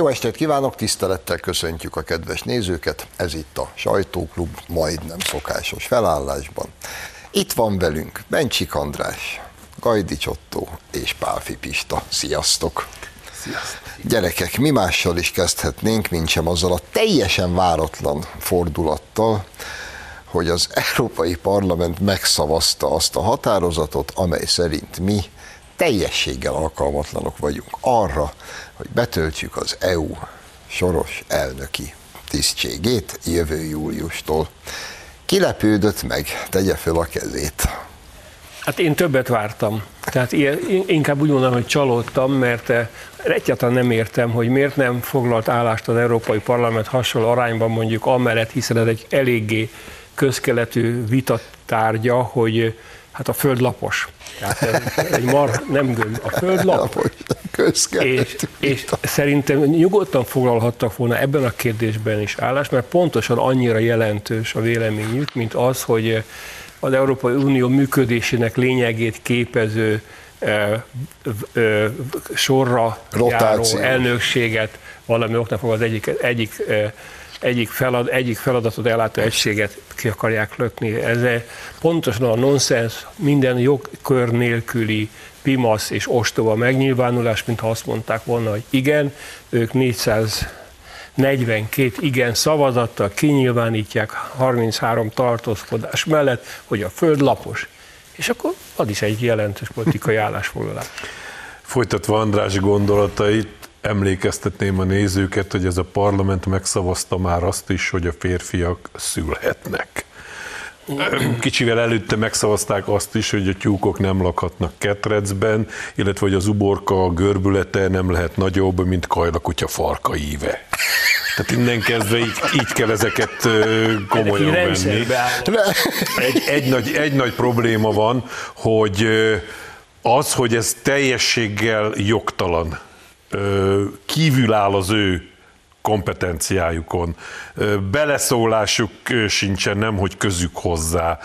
Jó estét kívánok, tisztelettel köszöntjük a kedves nézőket, ez itt a Sajtóklub, majdnem szokásos felállásban. Itt van velünk Bencsik András, Gajdics Ottó és Pálffy Pista. Sziasztok! Sziasztok! Gyerekek, mi mással is kezdhetnénk, mintsem azzal a teljesen váratlan fordulattal, hogy az Európai Parlament megszavazta azt a határozatot, amely szerint mi teljességgel alkalmatlanok vagyunk arra, hogy betöltsük az EU soros elnöki tisztségét jövő júliustól. Ki lepődött meg? Tegye föl a kezét. Hát én többet vártam. Tehát inkább úgy mondom, hogy csalódtam, mert egyáltalán nem értem, hogy miért nem foglalt állást az Európai Parlament hasonló arányban mondjuk amellett, hiszen ez egy eléggé közkeletű vitatárgya, hogy hát a Föld lapos. Tehát egy nem gömb, a Föld lapos. És szerintem nyugodtan foglalhattak volna ebben a kérdésben is állást, mert pontosan annyira jelentős a véleményük, mint az, hogy az Európai Unió működésének lényegét képező sorra rotáció. Járó elnökséget valami oknál fogva az egyik feladatot ellátó egységet ki akarják lökni. Ez pontosan a nonsens, minden jogkör nélküli pimasz és ostoba megnyilvánulás, mintha azt mondták volna, hogy igen, ők 442 igen szavazattal kinyilvánítják 33 tartózkodás mellett, hogy a Föld lapos. És akkor az is egy jelentős politikai állásfoglalás. Folytatva András gondolatait, emlékeztetném a nézőket, hogy ez a parlament megszavazta már azt is, hogy a férfiak szülhetnek. Kicsivel előtte megszavazták azt is, hogy a tyúkok nem lakhatnak ketrecben, illetve hogy az uborka görbülete nem lehet nagyobb, mint kajlakutya farka íve. Tehát innen kezdve így kell ezeket komolyan venni. Egy nagy probléma van, hogy az, hogy ez teljességgel jogtalan, kívül áll az ő kompetenciájukon, beleszólásuk sincsen, nemhogy közük hozzá.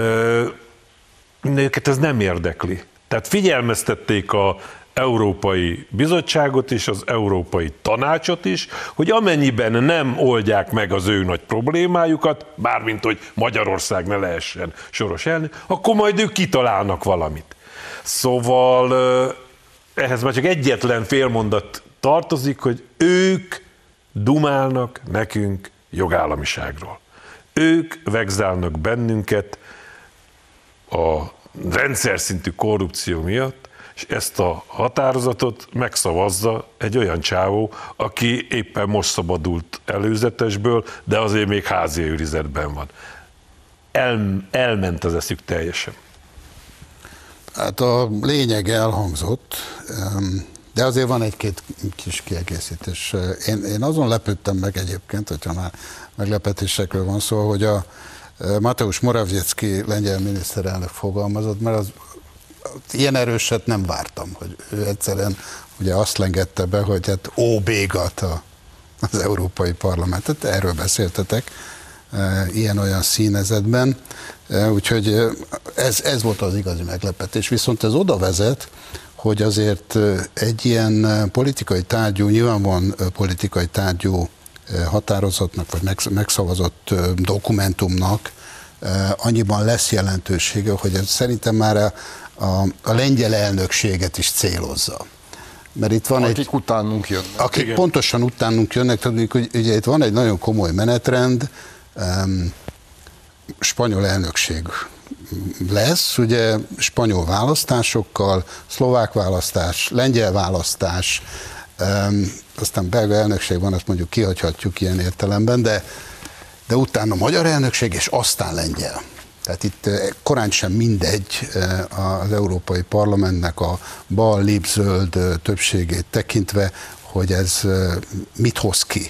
Őket ez nem érdekli. Tehát figyelmeztették az Európai Bizottságot és az Európai Tanácsot is, hogy amennyiben nem oldják meg az ő nagy problémájukat, bármint hogy Magyarország ne lehessen soros elnök, akkor majd ők kitalálnak valamit. Szóval ehhez már csak egyetlen félmondat tartozik, hogy ők dumálnak nekünk jogállamiságról. Ők vegzálnak bennünket a rendszer szintű korrupció miatt, és ezt a határozatot megszavazza egy olyan csávó, aki éppen most szabadult előzetesből, de azért még házi őrizetben van. Elment az eszük teljesen. Hát a lényeg elhangzott, de azért van egy-két kis kiegészítés. Én azon lepődtem meg egyébként, hogyha már meglepetésekről van szó, hogy a Mateusz Morawiecki lengyel miniszterelnök fogalmazott, mert az ilyen erőset nem vártam, hogy ő egyszerűen ugye azt lengette be, hogy hát óbégat az Európai Parlamentet, erről beszéltetek, ilyen-olyan színezetben, úgyhogy ez volt az igazi meglepetés. Viszont ez oda vezet, hogy azért egy ilyen politikai tárgyú, nyilvánvalóan politikai tárgyú határozatnak, vagy megszavazott dokumentumnak annyiban lesz jelentősége, hogy ez szerintem már a lengyel elnökséget is célozza. Mert itt van akik utánunk jönnek. Akik igen. Pontosan utánunk jönnek, tudjuk, hogy ugye itt van egy nagyon komoly menetrend, spanyol elnökség lesz, ugye spanyol választásokkal, szlovák választás, lengyel választás, aztán belga elnökség van, azt mondjuk kihagyhatjuk ilyen értelemben, de utána magyar elnökség, és aztán lengyel. Tehát itt korán sem mindegy az Európai Parlamentnek a bal-lib-zöld többségét tekintve, hogy ez mit hoz ki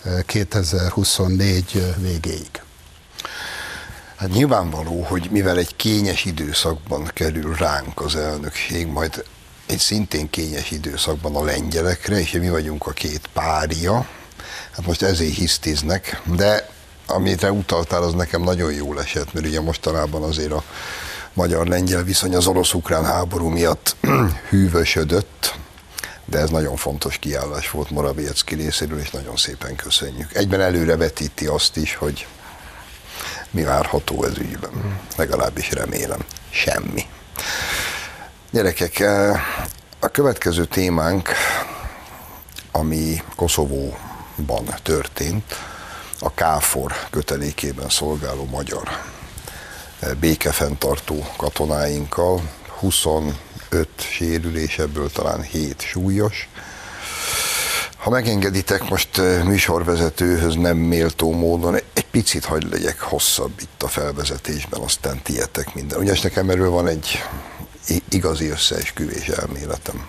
2024 végéig. Hát nyilvánvaló, hogy mivel egy kényes időszakban kerül ránk az elnökség, majd egy szintén kényes időszakban a lengyelekre, és mi vagyunk a két párja, hát most ezért hisztiznek, de amire utaltál, az nekem nagyon jól esett, mert ugye mostanában azért a magyar-lengyel viszony az orosz-ukrán háború miatt hűvösödött, de ez nagyon fontos kiállás volt Morawiecki részéről, és nagyon szépen köszönjük. Egyben előrevetíti azt is, hogy mi várható ez ügyben. Legalábbis remélem. Semmi. Gyerekek, a következő témánk, ami Koszovóban történt, a KFOR kötelékében szolgáló magyar békefenntartó katonáinkkal, 25 sérülés, ebből talán 7 súlyos. Ha megengeditek, most műsorvezetőhöz nem méltó módon egy picit hadd legyek hosszabb itt a felvezetésben, aztán tietek minden. Ugyanis nekem erről van egy igazi összeesküvés elméletem.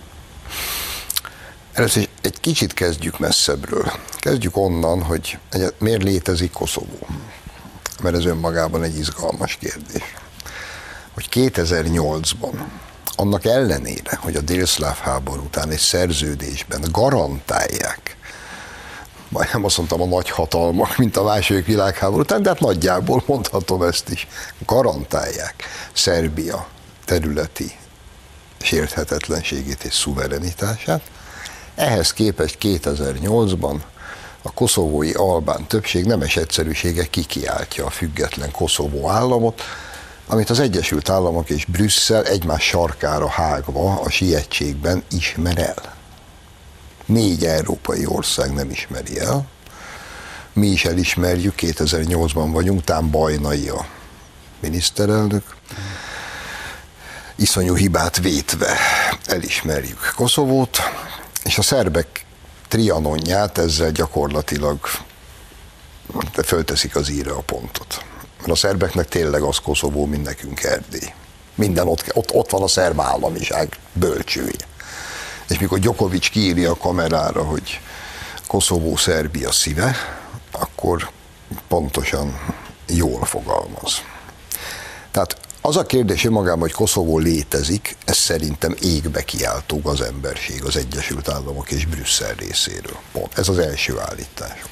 Először egy kicsit kezdjük messzebbről. Kezdjük onnan, hogy miért létezik Koszovó. Mert ez önmagában egy izgalmas kérdés. Hogy 2008-ban, annak ellenére, hogy a délszláv háború után egy szerződésben garantálják, majdnem azt mondtam a nagyhatalmak, mint a második világháború után, de hát nagyjából mondhatom ezt is, garantálják Szerbia területi sérthetetlenségét és szuverenitását. Ehhez képest 2008-ban a koszovói albán többség nemes egyszerűsége kikiáltja a független Koszovó államot, amit az Egyesült Államok és Brüsszel egymás sarkára hágva a sietségben ismer el. 4 európai ország nem ismeri el. Mi is elismerjük, 2008-ban vagyunk, tám Bajnai a miniszterelnök. Iszonyú hibát vétve elismerjük Koszovót, és a szerbek trianonját ezzel gyakorlatilag fölteszik az íre a pontot. Mert a szerbeknek tényleg az Koszovó, mint nekünk Erdély. Minden ott van a szerb államiság bölcsője. És mikor Djokovic kiírja a kamerára, hogy Koszovó Szerbia szíve, akkor pontosan jól fogalmaz. Tehát az a kérdés önmagában, hogy Koszovó létezik, ez szerintem égbe kiáltó az emberség, az Egyesült Államok és Brüsszel részéről. Pont. Ez az első állításom.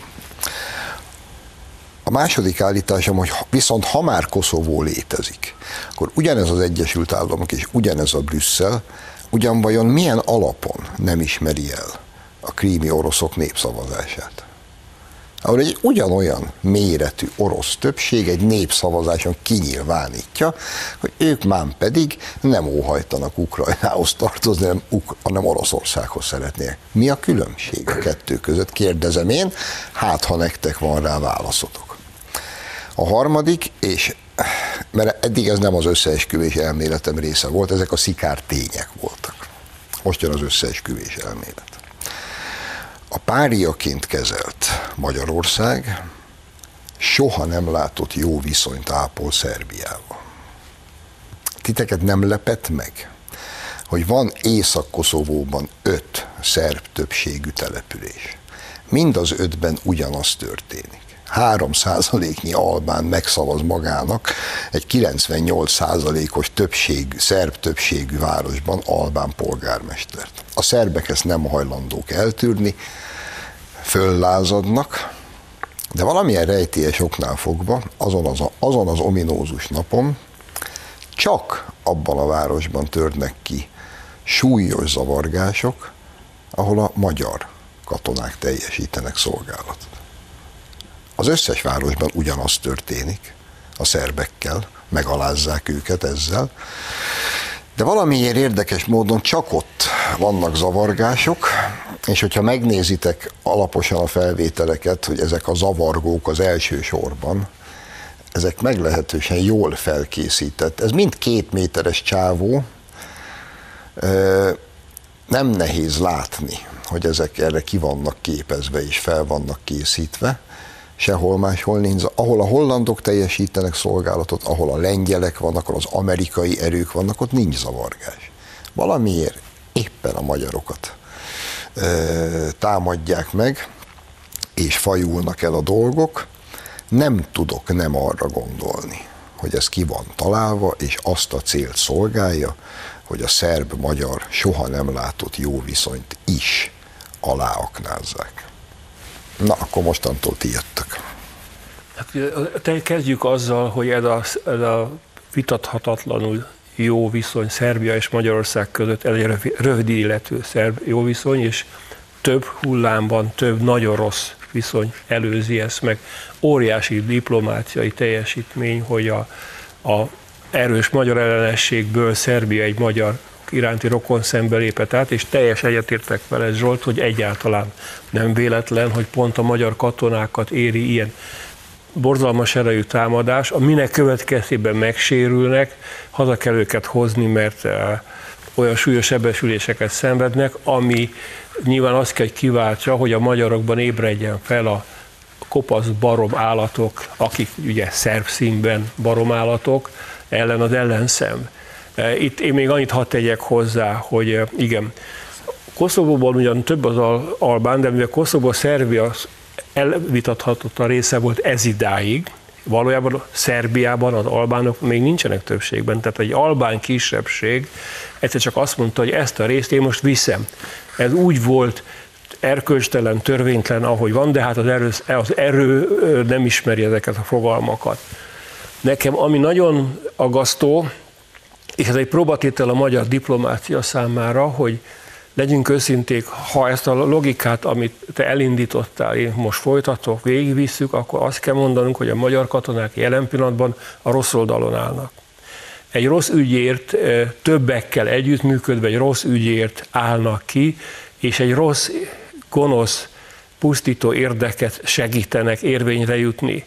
A második állításom, hogy viszont ha már Koszovó létezik, akkor ugyanez az Egyesült Államok és ugyanez a Brüsszel, ugyan vajon milyen alapon nem ismeri el a krími oroszok népszavazását? Ahol egy ugyanolyan méretű orosz többség egy népszavazáson kinyilvánítja, hogy ők már pedig nem óhajtanak Ukrajnához tartozni, hanem Oroszországhoz szeretnék. Mi a különbség a kettő között, kérdezem én, hát ha nektek van rá válaszotok. A harmadik, és mert eddig ez nem az összeesküvés elméletem része volt, ezek a szikár tények voltak. Most jön az összeesküvés elmélet. A páriaként kezelt Magyarország soha nem látott jó viszonyt ápol Szerbiával. Titeket nem lepett meg, hogy van Észak-Koszovóban 5 szerb többségű település. Mind az 5-ben ugyanaz történik. 3%-nyi albán megszavaz magának egy 98%-os szerb többségű városban albán polgármestert. A szerbek ezt nem hajlandók eltűrni, föllázadnak, de valamilyen rejtélyes oknál fogva azon az ominózus napon csak abban a városban törnek ki súlyos zavargások, ahol a magyar katonák teljesítenek szolgálatot. Az összes városban ugyanaz történik a szerbekkel, megalázzák őket ezzel, de valamiért érdekes módon csak ott vannak zavargások, és hogyha megnézitek alaposan a felvételeket, hogy ezek a zavargók az első sorban, ezek meglehetősen jól felkészített. Ez mind 2 méteres csávó, nem nehéz látni, hogy ezek erre ki vannak képezve és fel vannak készítve, sehol máshol nincs. Ahol a hollandok teljesítenek szolgálatot, ahol a lengyelek vannak, ahol az amerikai erők vannak, ott nincs zavargás. Valamiért éppen a magyarokat támadják meg, és fajulnak el a dolgok. Nem tudok nem arra gondolni, hogy ez ki van találva, és azt a célt szolgálja, hogy a szerb-magyar soha nem látott jó viszonyt is aláaknázzák. Na, akkor mostantól ti jöttök. Hát, kezdjük azzal, hogy ez a vitathatatlanul jó viszony Szerbia és Magyarország között, ez egy rövid illető szerb jó viszony, és több hullámban több nagyon rossz viszony előzi ezt meg. Óriási diplomáciai teljesítmény, hogy a erős magyar ellenességből Szerbia egy magyar iránti rokon szembe lépett át, és teljes egyetértek vele, Zsolt, hogy egyáltalán nem véletlen, hogy pont a magyar katonákat éri ilyen borzalmas erejű támadás, aminek következtében megsérülnek, haza kell őket hozni, mert olyan súlyos sebesüléseket szenvednek, ami nyilván azt kell, hogy kiváltsa, hogy a magyarokban ébredjen fel a kopasz barom állatok, akik ugye szerb színben baromállatok, ellen az ellenszem. Itt én még annyit hadd tegyek hozzá, hogy igen, Koszovóban ugyan több az albán, de mivel Koszovó Szerbia elvitathatatlan része volt ez idáig, valójában Szerbiában az albánok még nincsenek többségben, tehát egy albán kisebbség egyszer csak azt mondta, hogy ezt a részt én most viszem. Ez úgy volt erkölcstelen, törvénytelen, ahogy van, de hát az erő nem ismeri ezeket a fogalmakat. Nekem ami nagyon aggasztó, és ez egy próbatétel a magyar diplomácia számára, hogy legyünk őszinték, ha ezt a logikát, amit te elindítottál, én most folytatok, végigvisszük, akkor azt kell mondanunk, hogy a magyar katonák jelen pillanatban a rossz oldalon állnak. Egy rossz ügyért többekkel együttműködve egy rossz ügyért állnak ki, és egy rossz, gonosz, pusztító érdeket segítenek érvényre jutni.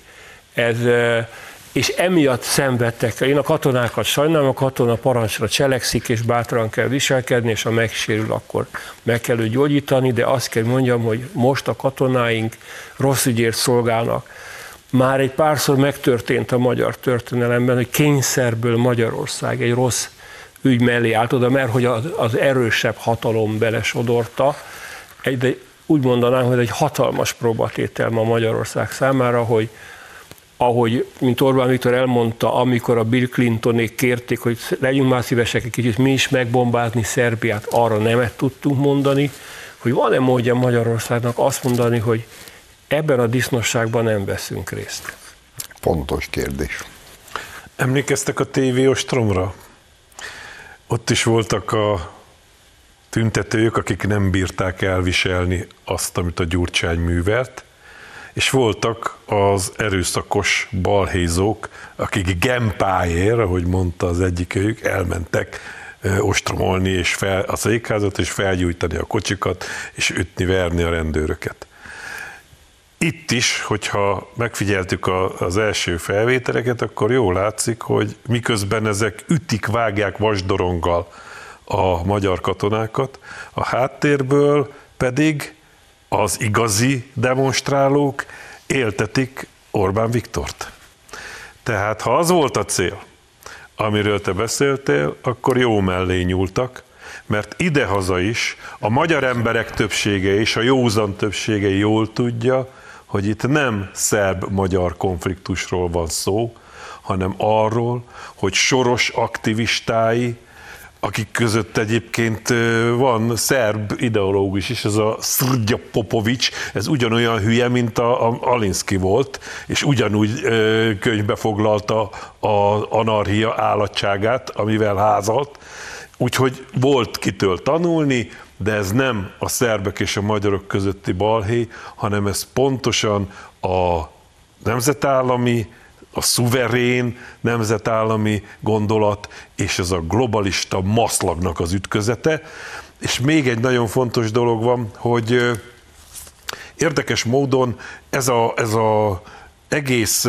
És emiatt szenvedtek. Én a katonákat sajnálom, a katona parancsra cselekszik, és bátran kell viselkedni, és ha megsérül, akkor meg kell őt gyógyítani, de azt kell mondjam, hogy most a katonáink rossz ügyért szolgálnak. Már egy párszor megtörtént a magyar történelemben, hogy kényszerből Magyarország egy rossz ügy mellé állt oda, mert hogy az erősebb hatalom belesodorta. De úgy mondanám, hogy egy hatalmas próbatétel ma Magyarország számára, hogy ahogy, mint Orbán Viktor elmondta, amikor a Bill Clintonék kérték, hogy legyünk már szívesek egy kicsit mi is megbombázni Szerbiát, arra nemet tudtunk mondani, hogy van-e módja Magyarországnak azt mondani, hogy ebben a disznóságban nem veszünk részt. Pontos kérdés. Emlékeztek a TV ostromra? Ott is voltak a tüntetők, akik nem bírták elviselni azt, amit a Gyurcsány művelt, és voltak az erőszakos balhézók, akik gempáért, ahogy mondta az egyikőjük, elmentek ostromolni és a székházat, és felgyújtani a kocsikat, és ütni, verni a rendőröket. Itt is, hogyha megfigyeltük az első felvételeket, akkor jól látszik, hogy miközben ezek ütik, vágják vasdoronggal a magyar katonákat, a háttérből pedig az igazi demonstrálók éltetik Orbán Viktort. Tehát ha az volt a cél, amiről te beszéltél, akkor jó mellé nyúltak, mert idehaza is a magyar emberek többsége és a józan többsége jól tudja, hogy itt nem szerb-magyar konfliktusról van szó, hanem arról, hogy Soros aktivistái, akik között egyébként van szerb ideológus is, ez a Srdja Popovics, ez ugyanolyan hülye, mint a Alinsky volt, és ugyanúgy könyvbe foglalta az anarchia állatságát, amivel házalt. Úgyhogy volt kitől tanulni, de ez nem a szerbek és a magyarok közötti balhé, hanem ez pontosan a nemzetállami, a szuverén nemzetállami gondolat, és ez a globalista maszlagnak az ütközete. És még egy nagyon fontos dolog van, hogy érdekes módon ez a egész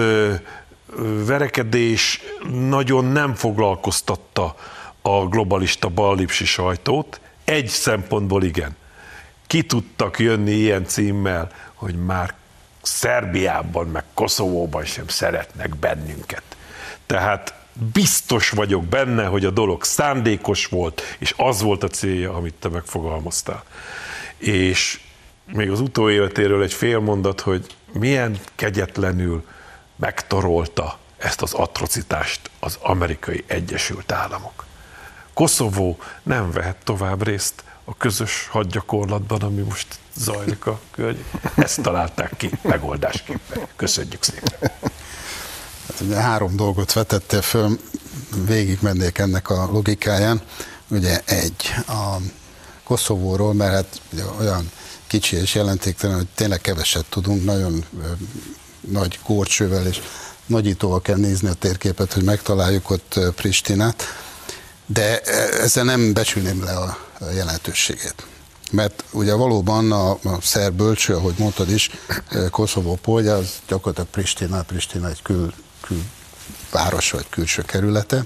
verekedés nagyon nem foglalkoztatta a globalista ballipsi sajtót. Egy szempontból igen. Ki tudtak jönni ilyen címmel, hogy már Szerbiában, meg Koszovóban sem szeretnek bennünket. Tehát biztos vagyok benne, hogy a dolog szándékos volt, és az volt a célja, amit te megfogalmaztál. És még az utóéletéről egy fél mondat, hogy milyen kegyetlenül megtorolta ezt az atrocitást az Amerikai Egyesült Államok. Koszovó nem vehet tovább részt a közös hadgyakorlatban, ami most zajlik a környéken. Ezt találták ki megoldásképpen. Köszönjük szépen. Hát ugye 3 dolgot vetettél föl, végigmennék ennek a logikáján, ugye a Koszovóról, mert hát olyan kicsi és jelentéktelen, hogy tényleg keveset tudunk, nagyon nagy górcsővel és nagyítóval kell nézni a térképet, hogy megtaláljuk ott Pristinát, de ezzel nem becsülném le a jelentőségét. Mert ugye valóban a szerb bölcső, ahogy mondtad is, Koszovó polja, az gyakorlatilag Pristina egy külváros vagy külső kerülete.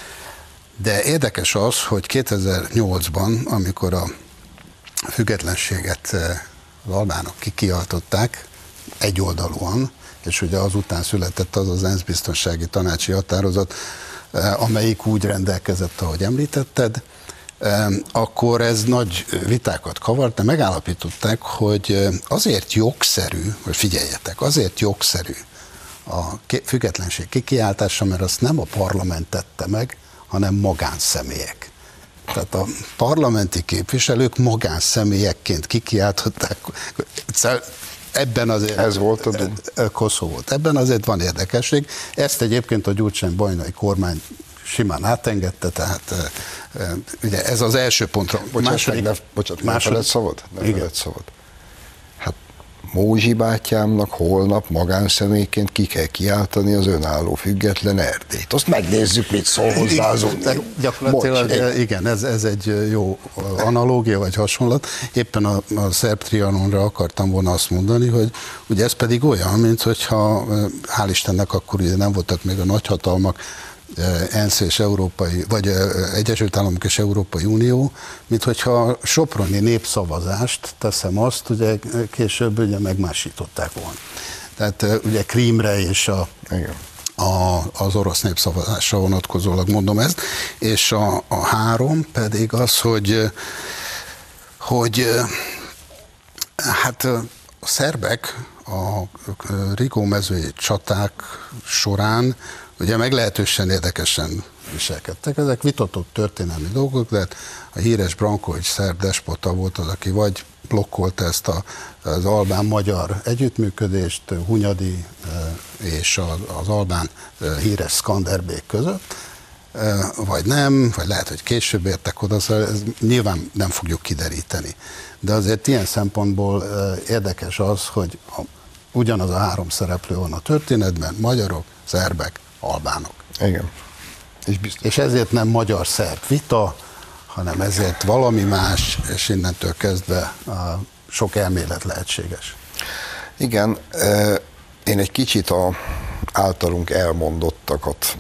De érdekes az, hogy 2008-ban, amikor a függetlenséget az albánok kikiáltották egyoldalúan, és ugye azután született az az ENSZ biztonsági tanácsi határozat, amelyik úgy rendelkezett, ahogy említetted, akkor ez nagy vitákat kavart, de megállapították, hogy azért jogszerű, hogy figyeljetek, azért jogszerű a függetlenség kikiáltása, mert azt nem a parlament tette meg, hanem magánszemélyek. Tehát a parlamenti képviselők magánszemélyekként kikiáltották, ebben azért ez volt a Koszovót. Ebben azért van érdekesség. Ezt egyébként a Gyurcsány-Bajnai kormány simán átengedte, tehát ugye ez az első pontra. Bocsánat, felett szabad? Nem felett szabad. Hát Mózsi bátyámnak holnap magánszemélyként ki kell kiáltani az önálló független Erdélyt. Azt megnézzük, mit szól hozzá az Unió. Gyakorlatilag igen, ez egy jó analógia vagy hasonlat. Éppen a szerb trianonra akartam volna azt mondani, hogy ugye ez pedig olyan, mint hogyha hál' Istennek akkor ugye nem voltak még a nagyhatalmak, ENSZ és Európai, vagy Egyesült Államok és Európai Unió, mint hogyha a soproni népszavazást, teszem azt, ugye később ugye megmásították volna. Tehát ugye Krímre és az orosz népszavazásra vonatkozólag mondom ezt, és a három pedig az, hogy hát a szerbek a Rigó-mezői csaták során ugye meglehetősen érdekesen viselkedtek. Ezek vitatott történelmi dolgok, de a híres Brankovics szerb despota volt az, aki vagy blokkolta ezt az albán-magyar együttműködést Hunyadi és az albán híres Skanderbék között, vagy nem, vagy lehet, hogy később értek oda, szóval ez nyilván nem fogjuk kideríteni. De azért ilyen szempontból érdekes az, hogy ugyanaz a három szereplő van a történetben, magyarok, szerbek, albánok. Igen. És ezért nem magyar-szerb vita, hanem ezért valami más, és innentől kezdve sok elmélet lehetséges. Igen, én egy kicsit általunk elmondottakat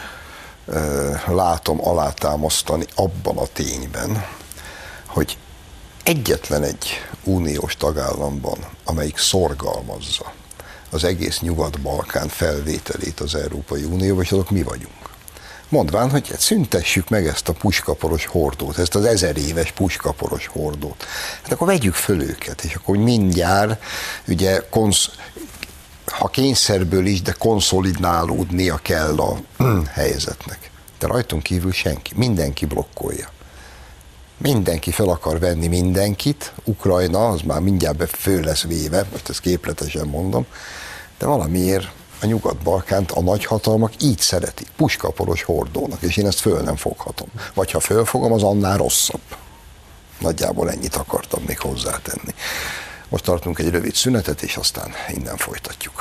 látom alátámasztani abban a tényben, hogy egyetlen egy uniós tagállamban, amelyik szorgalmazza az egész Nyugat-Balkán felvételét az Európai Unióba, és azok mi vagyunk. Mondván, hogy szüntessük meg ezt a puskaporos hordót, ezt az 1000 éves puskaporos hordót. Hát akkor vegyük föl őket, és akkor mindjárt, ugye, ha kényszerből is, de konszolidálódnia kell a helyzetnek. De rajtunk kívül senki, mindenki blokkolja. Mindenki fel akar venni mindenkit, Ukrajna, az már mindjárt föl lesz véve, most ezt képletesen mondom, de valamiért a Nyugat-Balkánt a nagyhatalmak így szeretik, puskaporos hordónak, és én ezt föl nem foghatom. Vagy ha fölfogom, az annál rosszabb. Nagyjából ennyit akartam még hozzátenni. Most tartunk egy rövid szünetet, és aztán innen folytatjuk.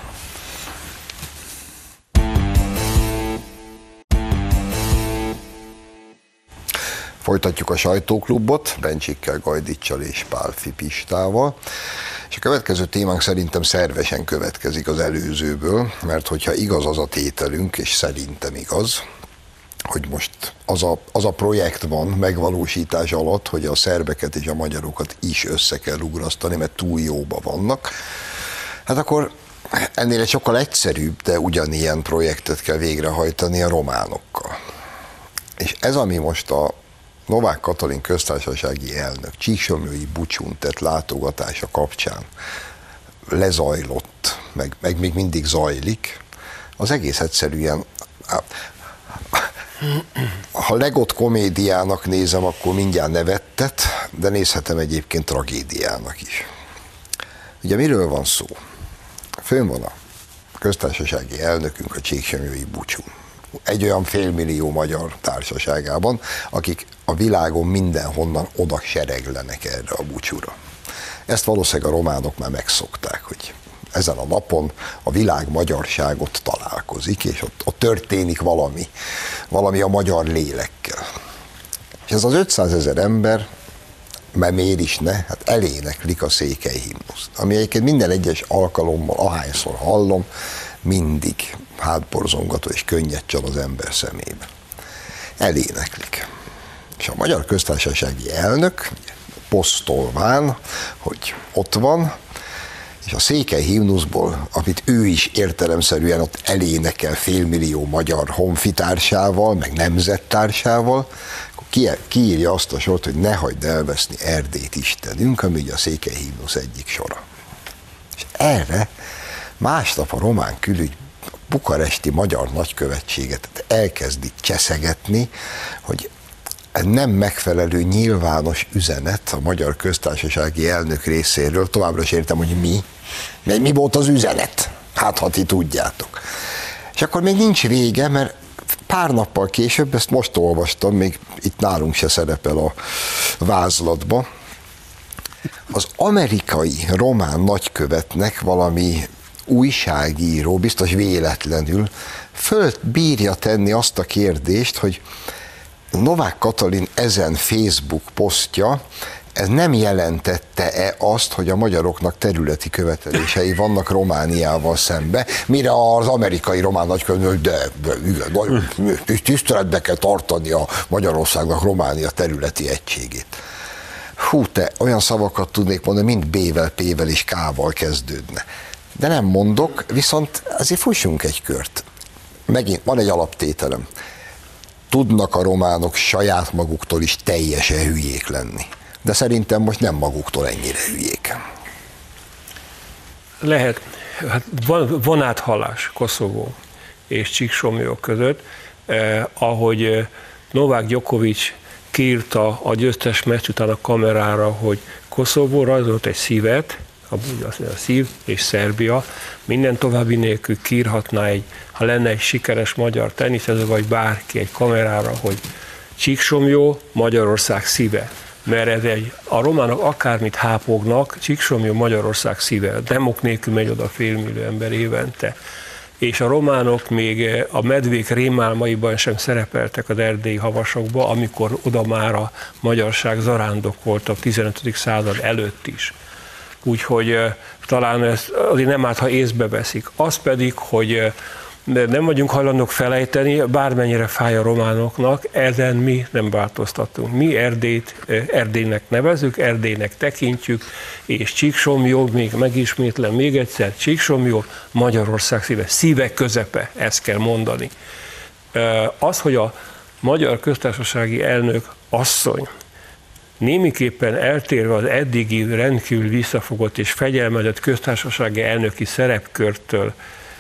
Folytatjuk a sajtóklubot, Bencsikkel, Gajdicsal és Pálffy Pistával. És a következő témánk szerintem szervesen következik az előzőből, mert hogyha igaz az a tételünk, és szerintem igaz, hogy most az a projekt van megvalósítás alatt, hogy a szerbeket és a magyarokat is össze kell ugrasztani, mert túl jóba vannak, hát akkor ennél egy sokkal egyszerűbb, de ugyanilyen projektet kell végrehajtani a románokkal. És ez, ami most a Novák Katalin köztársasági elnök Csíksomlyói Bucsún tett látogatása kapcsán lezajlott, meg még mindig zajlik, az egész egyszerűen, ha Legott komédiának nézem, akkor mindjárt nevettet, de nézhetem egyébként tragédiának is. Ugye miről van szó? Fönn van a köztársasági elnökünk a Csíksomlyói Bucsún. egy olyan félmillió magyar társaságában, akik a világon mindenhonnan oda sereglenek erre a búcsúra. Ezt valószínűleg a románok már megszokták, hogy ezen a napon a világ magyarságot találkozik, és ott történik valami a magyar lélekkel. És ez az 500 000 ember, mert miért is ne, hát eléneklik a székely himnuszt, ami egyébként minden egyes alkalommal, ahányszor hallom, mindig hátborzongató és könnyet csal az ember szemébe. Eléneklik. És a Magyar Köztársasági elnök posztolván, hogy ott van, és a székely himnuszból, amit ő is értelemszerűen ott elénekel félmillió magyar honfitársával, meg nemzettársával, kiírja azt a sort, hogy ne hagyd elveszni Erdélyt Istenünk, ami ugye a székely himnusz egyik sora. És erre másnap a román külügy bukaresti magyar nagykövetséget elkezdi cseszegetni, hogy ez nem megfelelő nyilvános üzenet a Magyar Köztársasági elnök részéről, továbbra is értem, hogy mi volt az üzenet, hát ha ti tudjátok. És akkor még nincs vége, mert pár nappal később, ezt most olvastam, még itt nálunk se szerepel a vázlatba, az amerikai román nagykövetnek valami újságíró, biztos véletlenül fölbírja tenni azt a kérdést, hogy Novák Katalin ezen Facebook posztja, ez nem jelentette-e azt, hogy a magyaroknak területi követelései vannak Romániával szembe, mire az amerikai román nagykövet, hogy de tiszteletbe kell tartani a Magyarországnak Románia területi egységét. Hú, te olyan szavakat tudnék mondani, mind B-vel, P-vel és K-val kezdődne. De nem mondok, viszont azért fussunk egy kört. Megint van egy alaptételem. Tudnak a románok saját maguktól is teljesen hülyék lenni. De szerintem most nem maguktól ennyire hülyék. Lehet, hát van áthallás Koszovó és Csíksomlyó között, ahogy Novák Djokovic kiírta a győztes meccs után a kamerára, hogy Koszovó rajzolt egy szívet, a szív és Szerbia, minden további nélkül kiírhatná ha lenne egy sikeres magyar teniszező, vagy bárki egy kamerára, hogy Csíksomlyó Magyarország szíve. Mert a románok akármit hápognak, Csíksomlyó Magyarország szíve, demok nélkül megy oda félmillió ember évente. És a románok még a medvék rémálmaiban sem szerepeltek az erdélyi havasokba, amikor oda már a magyarság zarándok a 15. század előtt is. Úgyhogy talán ez azért nem árt, ha észbe veszik. Az pedig, hogy nem vagyunk hajlandók felejteni, bármennyire fáj a románoknak, ezen mi nem változtatunk. Mi Erdélyt Erdélynek nevezzük, Erdélynek tekintjük, és Csíksomlyó, még megismétlem még egyszer, Csíksomlyó Magyarország szíve közepe, ezt kell mondani. Az, hogy a Magyar Köztársasági elnök asszony némiképpen eltérve az eddigi rendkívül visszafogott és fegyelmezett köztársasági elnöki szerepkörtől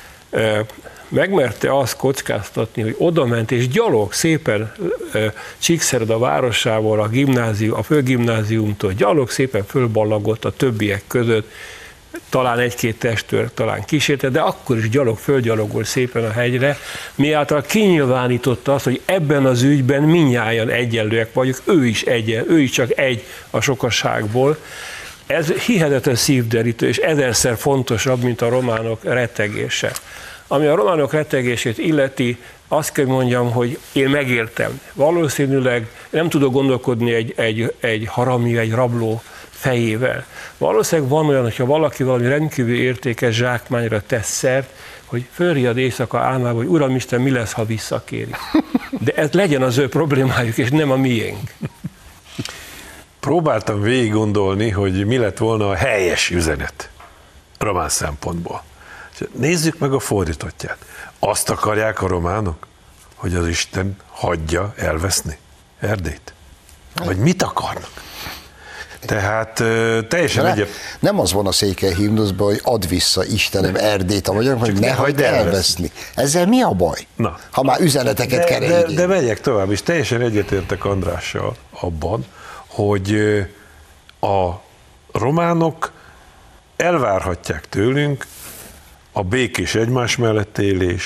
megmerte azt kockáztatni, hogy odament és gyalog szépen Csíkszereda városából a főgimnáziumtól gyalog szépen fölballagott a többiek között, talán egy-két testőr talán kísérte, de akkor is fölgyalogolt szépen a hegyre, miáltal kinyilvánította azt, hogy ebben az ügyben mindnyájan egyenlőek vagyunk, ő is csak egy a sokaságból. Ez hihetetlen szívderítő, és ezerszer fontosabb, mint a románok rettegése. Ami a románok rettegését illeti, azt kell mondjam, hogy én megértem. Valószínűleg nem tudok gondolkodni egy harami, egy rabló fejével. Valószínűleg van olyan, hogyha valaki valami rendkívül értékes zsákmányra tesz szert, hogy fölriad éjszaka álmába, hogy Uramisten, mi lesz, ha visszakéri. De ez legyen az ő problémájuk, és nem a miénk. Próbáltam végig gondolni, hogy mi lett volna a helyes üzenet román szempontból. Nézzük meg a fordítottját. Azt akarják a románok, hogy az Isten hagyja elveszni Erdélyt? Vagy mit akarnak? Tehát teljesen nem az van a székely himnuszban, hogy add vissza Istenem Erdélyt a magyarok, hogy ne hagyd elveszni. Ezzel mi a baj? Na, ha már üzeneteket keresünk. De megyek tovább, és teljesen egyetértek Andrással abban, hogy a románok elvárhatják tőlünk a békés egymás mellett élés,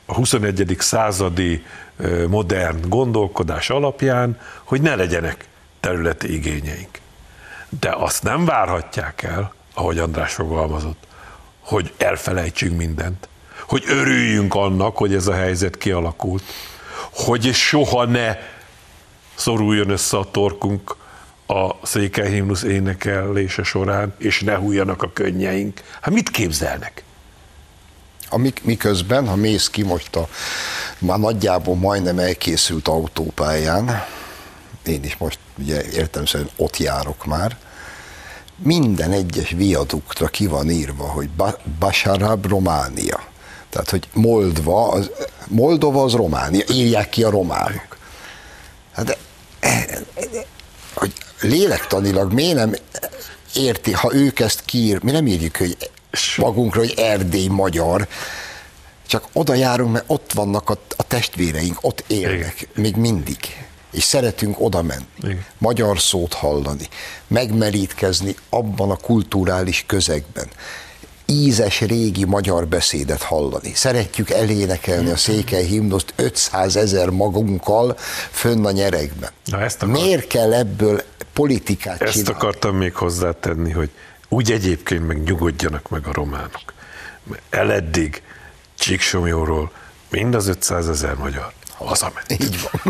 a 21. századi modern gondolkodás alapján, hogy ne legyenek területi igényeink. De azt nem várhatják el, ahogy András fogalmazott, hogy elfelejtsünk mindent, hogy örüljünk annak, hogy ez a helyzet kialakult, hogy soha ne szoruljon össze a torkunk a székelyhimnusz énekelése során, és ne hújjanak a könnyeink. Hát mit képzelnek? Miközben, ha mész ki most már nagyjából majdnem elkészült autópályán, én is most ugye értelemszerűen ott járok már, minden egyes viaduktra ki van írva, hogy Basarab Románia. Tehát, hogy Moldova az Románia, írják ki a románok. Hát, hogy lélektanilag miért nem érti, ha ők ezt kiír, mi nem írjuk, hogy magunkra, hogy Erdély magyar, csak oda járunk, mert ott vannak a testvéreink, ott élnek, igen, még mindig. És szeretünk oda menni, igen, magyar szót hallani, megmerítkezni abban a kulturális közegben, ízes régi magyar beszédet hallani. Szeretjük elénekelni a székelyhimnuszt 500 000 magunkkal fönn a nyeregben. Miért kell ebből politikát csinálni? Ezt akartam még hozzátenni, hogy úgy egyébként meg nyugodjanak meg a románok. Eleddig Csíksomlyóról mind az 500 000 magyar hazament. Így van.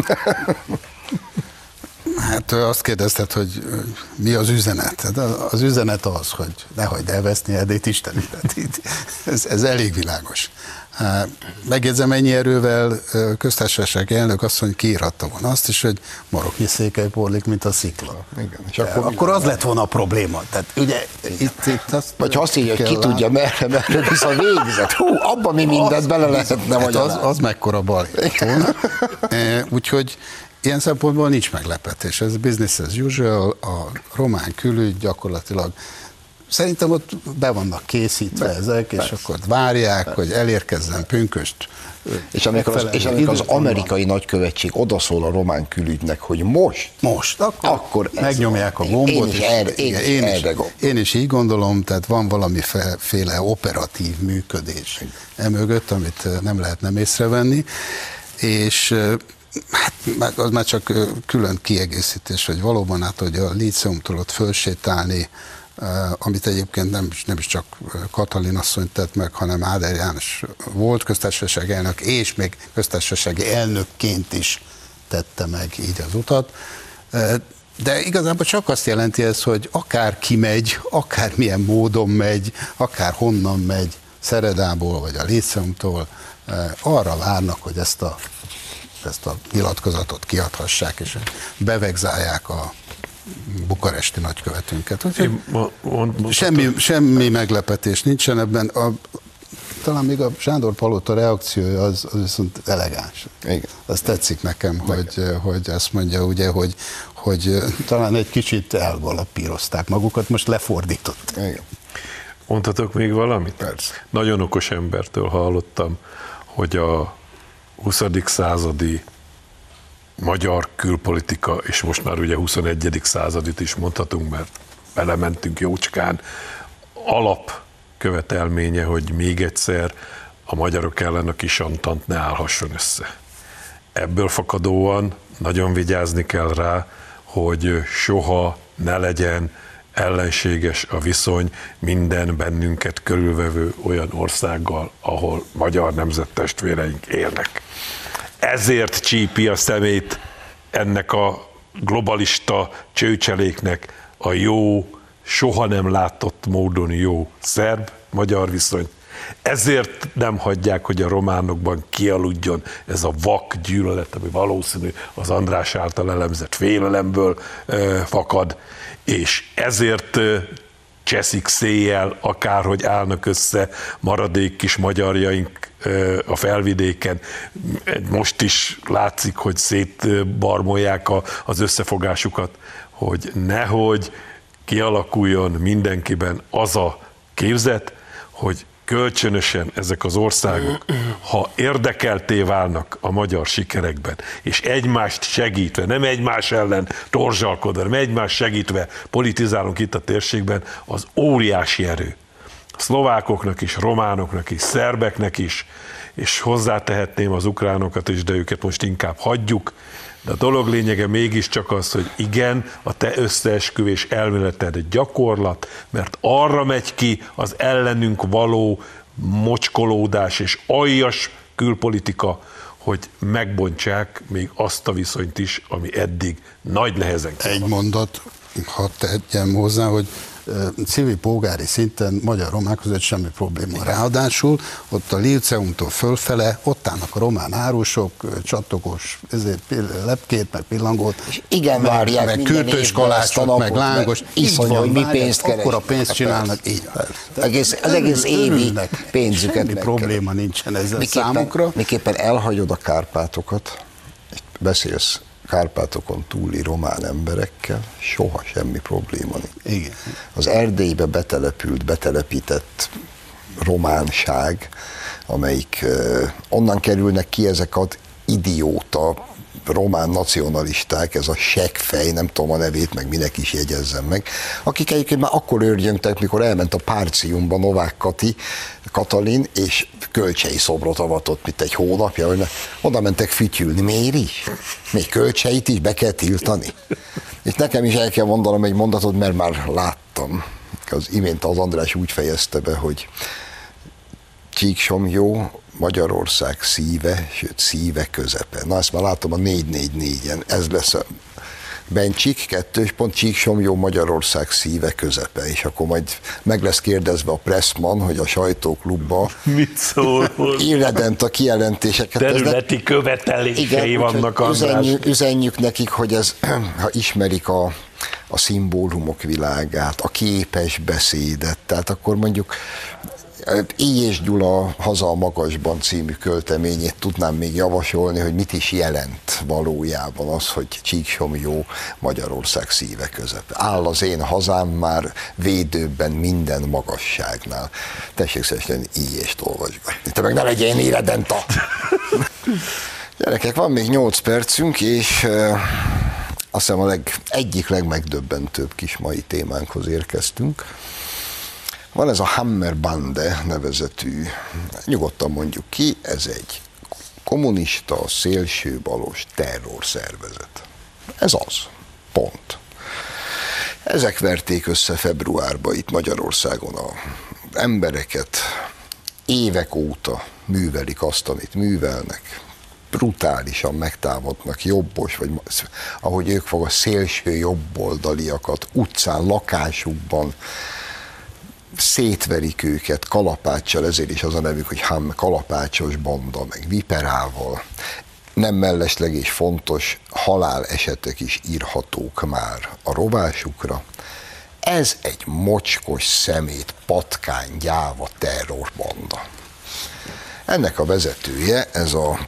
Hát azt kérdezted, hogy mi az üzenet? Az üzenet az, hogy ne hagyd elveszni Erdélyt Istenedet. Ez elég világos. Megjegyzem, ennyi erővel köztársasági elnök asszony kiírhatta volna azt is, hogy maroknyi székely porlik, mint a szikla. Igen, és akkor az lett volna a probléma. Tehát ugye itt azt vagy ha azt írja, hogy ki tudja, merre visz a végzet. Hú, abban mi mindent bele lehetne magyarázni. Az mekkora bal lett volna. Úgyhogy ilyen szempontból nincs meglepetés. Ez business as usual, a román külügy gyakorlatilag szerintem ott be vannak készítve ezek, és akkor várják, hogy elérkezzen pünköst. És amikor az amerikai nagykövetség odaszól a román külügynek, hogy most akkor megnyomják a gombot. Én is így gondolom, tehát van valamiféle operatív működés emögött, amit nem lehet nem észrevenni, és hát az már csak külön kiegészítés, hogy valóban hát, hogy a líceumtól ott fölsétálni, amit egyébként nem is csak Katalin asszony tett meg, hanem Áder János volt köztársasági elnök, és még köztársasági elnökként is tette meg így az utat. De igazából csak azt jelenti ez, hogy akár ki megy, akár milyen módon megy, akár honnan megy, Szeredából vagy a líceumtól, arra várnak, hogy ezt a nyilatkozatot kiadhassák, és bevegzálják a bukaresti nagykövetünket. Semmi meglepetés nincsen ebben. Talán még a Sándor Palota reakciója az viszont elegáns. Igen. Az tetszik nekem, hogy azt mondja, ugye, hogy talán egy kicsit elgalapírozták magukat, most lefordított. Igen. Mondhatok még valamit? Persze. Nagyon okos embertől hallottam, hogy a 20. századi magyar külpolitika, és most már ugye 21. századit is mondhatunk, mert belementünk jócskán, alapkövetelménye, hogy még egyszer a magyarok ellen a kisantant ne állhasson össze. Ebből fakadóan nagyon vigyázni kell rá, hogy soha ne legyen ellenséges a viszony minden bennünket körülvevő olyan országgal, ahol magyar nemzettestvéreink élnek. Ezért csípi a szemét ennek a globalista csőcseléknek a jó, soha nem látott módon jó szerb-magyar viszony. Ezért nem hagyják, hogy a románokban kialudjon ez a vak gyűlölet, ami valószínű az András által elemzett félelemből fakad, és ezért cseszik széjjel, akárhogy állnak össze maradék kis magyarjaink a felvidéken. Most is látszik, hogy szétbarmolják az összefogásukat, hogy nehogy kialakuljon mindenkiben az a képzet, hogy kölcsönösen ezek az országok, ha érdekelté válnak a magyar sikerekben, és egymást segítve, nem egymás ellen torzsalkodva, hanem egymást segítve politizálunk itt a térségben, az óriási erő. A szlovákoknak is, románoknak is, szerbeknek is, és hozzátehetném az ukránokat is, de őket most inkább hagyjuk. De a dolog lényege mégiscsak az, hogy igen, a te összeesküvés elméleted gyakorlat, mert arra megy ki az ellenünk való mocskolódás és aljas külpolitika, hogy megbontják még azt a viszonyt is, ami eddig nagy nehezen. Egy mondat, hadd tegyem hozzá, hogy civil polgári szinten magyar-romák között semmi probléma. Ráadásul ott a Líceumtól fölfele, ott állnak a román árusok, csatogos lepkét, meg pillangót, és igen, várják meg kürtös kalácsot, meg lángos. Iszony, hogy mi pénzt keresnek. Akkor a pénzt csinálnak, így. Az egész évi pénzüket. Semmi probléma nincsen ezzel számukra. Miképpen elhagyod a Kárpátokat, és beszélsz Kárpátokon túli román emberekkel, soha semmi probléma nincs. Igen. Az Erdélybe betelepített románság, amelyik onnan kerülnek ki ezek az idióta román nacionalisták, ez a seggfej, nem tudom a nevét, meg minek is jegyezzem meg, akik egyébként már akkor őrjöngtek, mikor elment a Párciumba Novák Katalin, és Kölcsei szobrot avatott, mint egy hónapja, hogy oda mentek fütyülni. Miért is? Még Kölcseit is be kell tiltani? És nekem is el kell mondanom egy mondatot, mert már láttam. Az imént az András úgy fejezte be, hogy Csíksomlyó Magyarország szíve, sőt szíve közepe. Na ezt már látom a 444-en, ez lesz a Bencsik, 2. Csíksomlyó Magyarország szíve közepe, és akkor majd meg lesz kérdezve a Pressman, hogy a sajtóklubban mit szól? irredent a kijelentéseket. Területi követelései vannak, András. Üzenjük nekik, hogy ez, ha ismerik a szimbólumok világát, a képes beszédet, tehát akkor mondjuk Éjjés Gyula Haza a magasban című költeményét tudnám még javasolni, hogy mit is jelent valójában az, hogy Csíksomlyó Magyarország szíve közepe. Áll az én hazám már védőbben minden magasságnál. Tessék szépen Éjjést olvasgatni. Te meg ne legyél irredenta! Gyerekek, van még 8 percünk, és azt hiszem egyik legmegdöbbentőbb kis mai témánkhoz érkeztünk. Van ez a Hammerbande nevezetű, nyugodtan mondjuk ki, ez egy kommunista, szélsőbalos terrorszervezet. Ez az. Pont. Ezek verték össze februárban itt Magyarországon az embereket, évek óta művelik azt, amit művelnek, brutálisan megtámadnak jobbos, vagy ahogy ők fognak, szélső jobboldaliakat utcán, lakásukban, szétverik őket kalapáccsal, ezért is az a nevük, hogy kalapácsos banda, meg viperával. Nem mellesleg és fontos, halálesetek is írhatók már a rovásukra. Ez egy mocskos szemét, patkány, gyáva terrorbanda. Ennek a vezetője, ez a...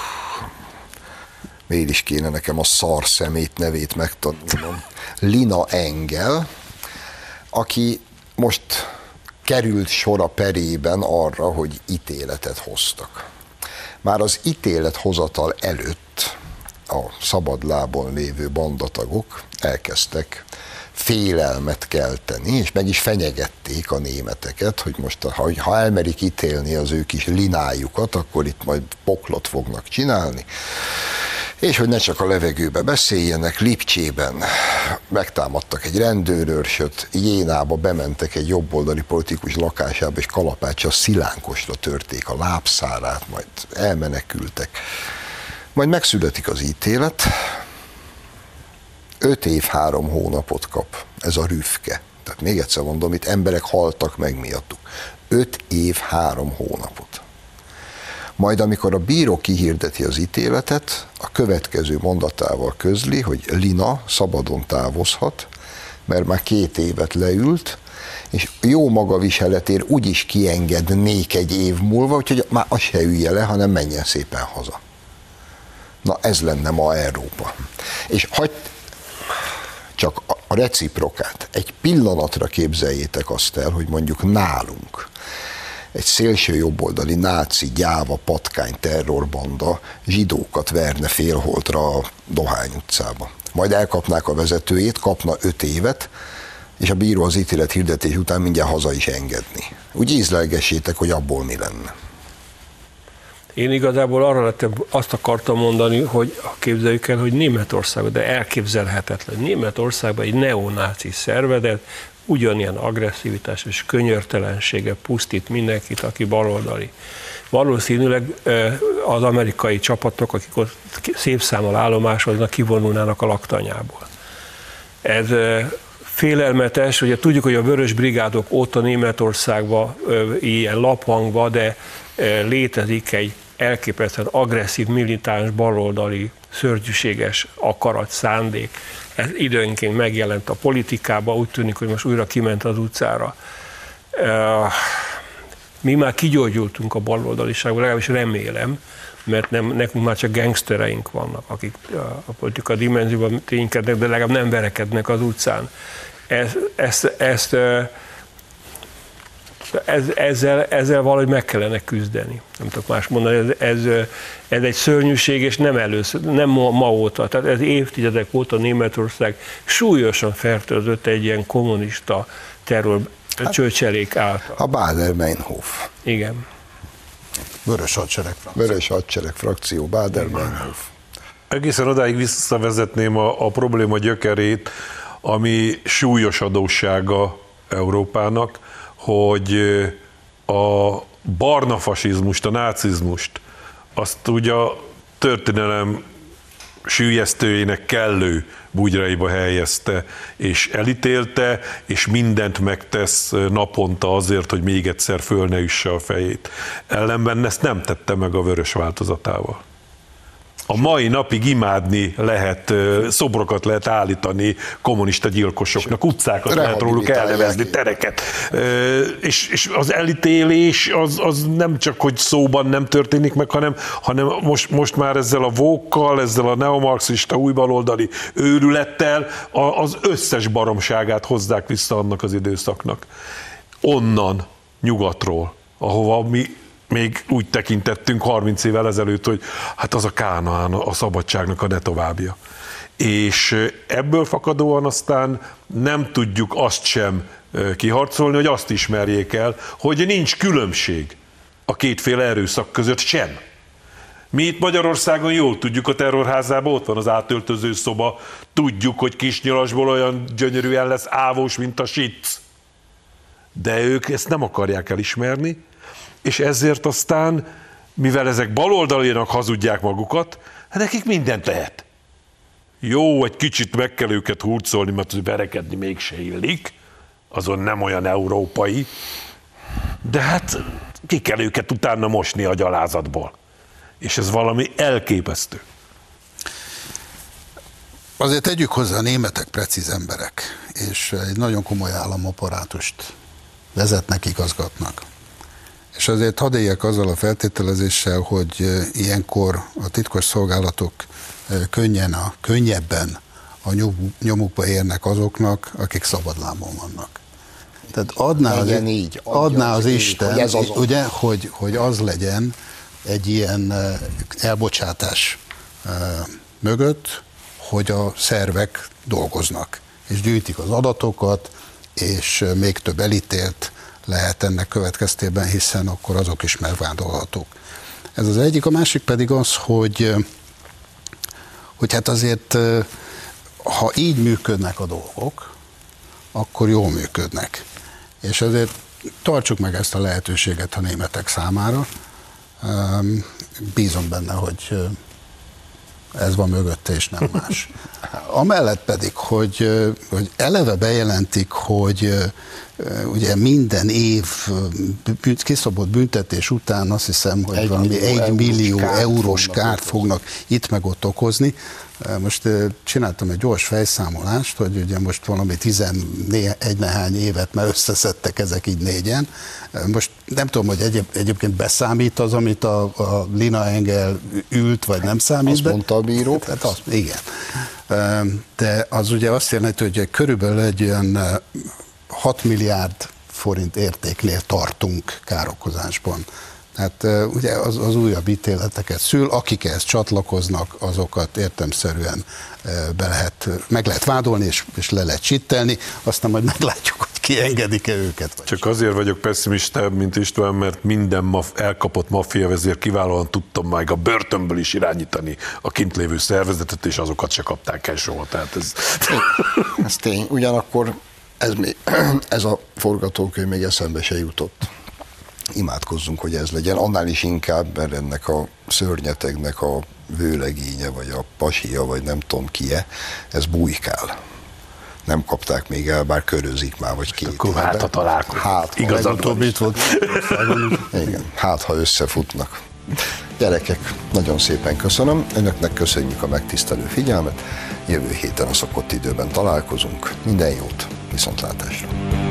miért is kéne nekem a szar szemét nevét megtanulnom, Lina Engel, aki most került sor a perében arra, hogy ítéletet hoztak. Már az ítélethozatal előtt a szabadlábon lévő bandatagok elkezdtek félelmet kelteni, és meg is fenyegették a németeket, hogy most ha elmerik ítélni az ő kis linájukat, akkor itt majd poklot fognak csinálni. És hogy ne csak a levegőbe beszéljenek, Lipcsében megtámadtak egy rendőrőrsöt, Jénába bementek egy jobboldali politikus lakásába, és kalapáccsal szilánkosra törték a lábszárát, majd elmenekültek. Majd megszületik az ítélet, 5 év 3 hónapot kap ez a Rüfke. Tehát még egyszer mondom, itt emberek haltak meg miattuk. 5 év 3 hónapot. Majd amikor a bíró kihirdeti az ítéletet, a következő mondatával közli, hogy Lina szabadon távozhat, mert már 2 évet leült, és jó magaviseletért úgyis kiengednék egy év múlva, úgyhogy már az se ülje le, hanem menjen szépen haza. Na ez lenne ma Európa. És csak a reciprokát. Egy pillanatra képzeljétek azt el, hogy mondjuk nálunk egy szélső jobboldali náci, gyáva, patkány, terrorbanda zsidókat verne félholtra a Dohány utcába. Majd elkapnák a vezetőjét, kapna 5 évet, és a bíró az ítélet hirdetés után mindjárt haza is engedni. Úgy ízlelgessétek, hogy abból mi lenne. Én igazából azt akartam mondani, hogy képzeljük el, hogy Németországban, de elképzelhetetlen, Németországban egy neonáci szervezet ugyanilyen agresszivitás és könyörtelensége pusztít mindenkit, aki baloldali. Valószínűleg az amerikai csapatok, akik ott szép számmal állomásoznak, kivonulnának a laktanyából. Ez félelmetes, ugye tudjuk, hogy a Vörös Brigádok óta Németországban ilyen laphangva, de létezik egy elképesztően agresszív, militáns, baloldali, szörnyűséges akarat, szándék. Ez időnként megjelent a politikában, úgy tűnik, hogy most újra kiment az utcára. Mi már kigyógyultunk a baloldaliságból, legalábbis remélem, mert nekünk már csak gangstereink vannak, akik a politika dimenzióban ténykednek, de legalább nem verekednek az utcán. Ezzel valahogy meg kellene küzdeni. Nem tudok más mondani, ez egy szörnyűség, és nem ma óta, tehát ez évtizedek óta Németország súlyosan fertőzött egy ilyen kommunista terror csőcselék által. A Baader-Meinhof. Igen. Vörös hadsereg frakció, Baader-Meinhof. Egészen odáig visszavezetném a probléma gyökerét, ami súlyos adóssága Európának, hogy a barna fasizmust, a nácizmust, azt ugye a történelem süllyesztőjének kellő bugyraiba helyezte, és elítélte, és mindent megtesz naponta azért, hogy még egyszer föl ne üsse a fejét. Ellenben ezt nem tette meg a vörös változatával. A mai napig imádni lehet, szobrokat lehet állítani kommunista gyilkosoknak, utcákat lehet róluk elnevezni, tereket. És az elítélés az nem csak, hogy szóban nem történik meg, hanem most már ezzel a woke-kal, ezzel a neomarxista újbaloldali őrülettel az összes baromságát hozzák vissza annak az időszaknak. Onnan, nyugatról, ahova mi még úgy tekintettünk 30 évvel ezelőtt, hogy hát az a Kánaán, a szabadságnak a ne továbbja. És ebből fakadóan aztán nem tudjuk azt sem kiharcolni, hogy azt ismerjék el, hogy nincs különbség a kétféle erőszak között sem. Mi itt Magyarországon jól tudjuk, a terrorházában ott van az átöltöző szoba, tudjuk, hogy Kisnyilasból olyan gyönyörűen lesz ávós, mint a sic. De ők ezt nem akarják elismerni, és ezért aztán, mivel ezek baloldalinak hazudják magukat, hát nekik mindent lehet. Jó, egy kicsit meg kell őket hurcolni, mert hogy verekedni mégse illik, azon nem olyan európai, de hát ki kell őket utána mosni a gyalázatból. És ez valami elképesztő. Azért tegyük hozzá, a németek precíz emberek, és egy nagyon komoly államapparátust vezetnek, igazgatnak. És azért hadd éljek azzal a feltételezéssel, hogy ilyenkor a titkos szolgálatok könnyebben a nyomukba érnek azoknak, akik szabadlábon vannak. Tehát adná az Isten, ugye, hogy az legyen egy ilyen elbocsátás mögött, hogy a szervek dolgoznak, és gyűjtik az adatokat, és még több elítélt lehet ennek következtében, hiszen akkor azok is megvádolhatók. Ez az egyik, a másik pedig az, hogy hát azért, ha így működnek a dolgok, akkor jól működnek. És azért tartsuk meg ezt a lehetőséget a németek számára. Bízom benne, hogy ez van mögötte, és nem más. Amellett pedig, hogy eleve bejelentik, hogy ugye minden év kiszabott büntetés után azt hiszem, hogy valami 1 millió eurós kárt fognak itt meg ott okozni. Most csináltam egy gyors fejszámolást, hogy ugye most valami 11 nehány évet már összeszedtek ezek így négyen. Most nem tudom, hogy egyébként beszámít az, amit a Lina Engel ült, vagy nem számít. Azt mondta a bíró. Igen. De az ugye azt jelenti, hogy körülbelül egy olyan 6 milliárd forint értéknél tartunk károkozásban. Tehát ugye az újabb ítéleteket szül, akik ehhez csatlakoznak, azokat értelemszerűen meg lehet vádolni, és le lehet csittelni, aztán majd meglátjuk, hogy kiengedik-e őket. Csak azért vagyok pessimista, mint István, mert minden elkapott maffiavezér kiválóan tudta meg a börtönből is irányítani a kint lévő szervezetet, és azokat se kapták el soha. Tehát ez tény. Ugyanakkor ez a forgatókönyv még eszembe se jutott. Imádkozzunk, hogy ez legyen. Annál is inkább, mert ennek a szörnyetegnek a vőlegénye, vagy a pasia, vagy nem tudom ki-e, ez bujkál. Nem kapták még el, bár körözik már, vagy két akkor hát, ha találkozunk. Igazad van. Igen, hát, ha összefutnak. Gyerekek, nagyon szépen köszönöm. Önöknek köszönjük a megtisztelő figyelmet. Jövő héten a szokott időben találkozunk. Minden jót, viszontlátásra!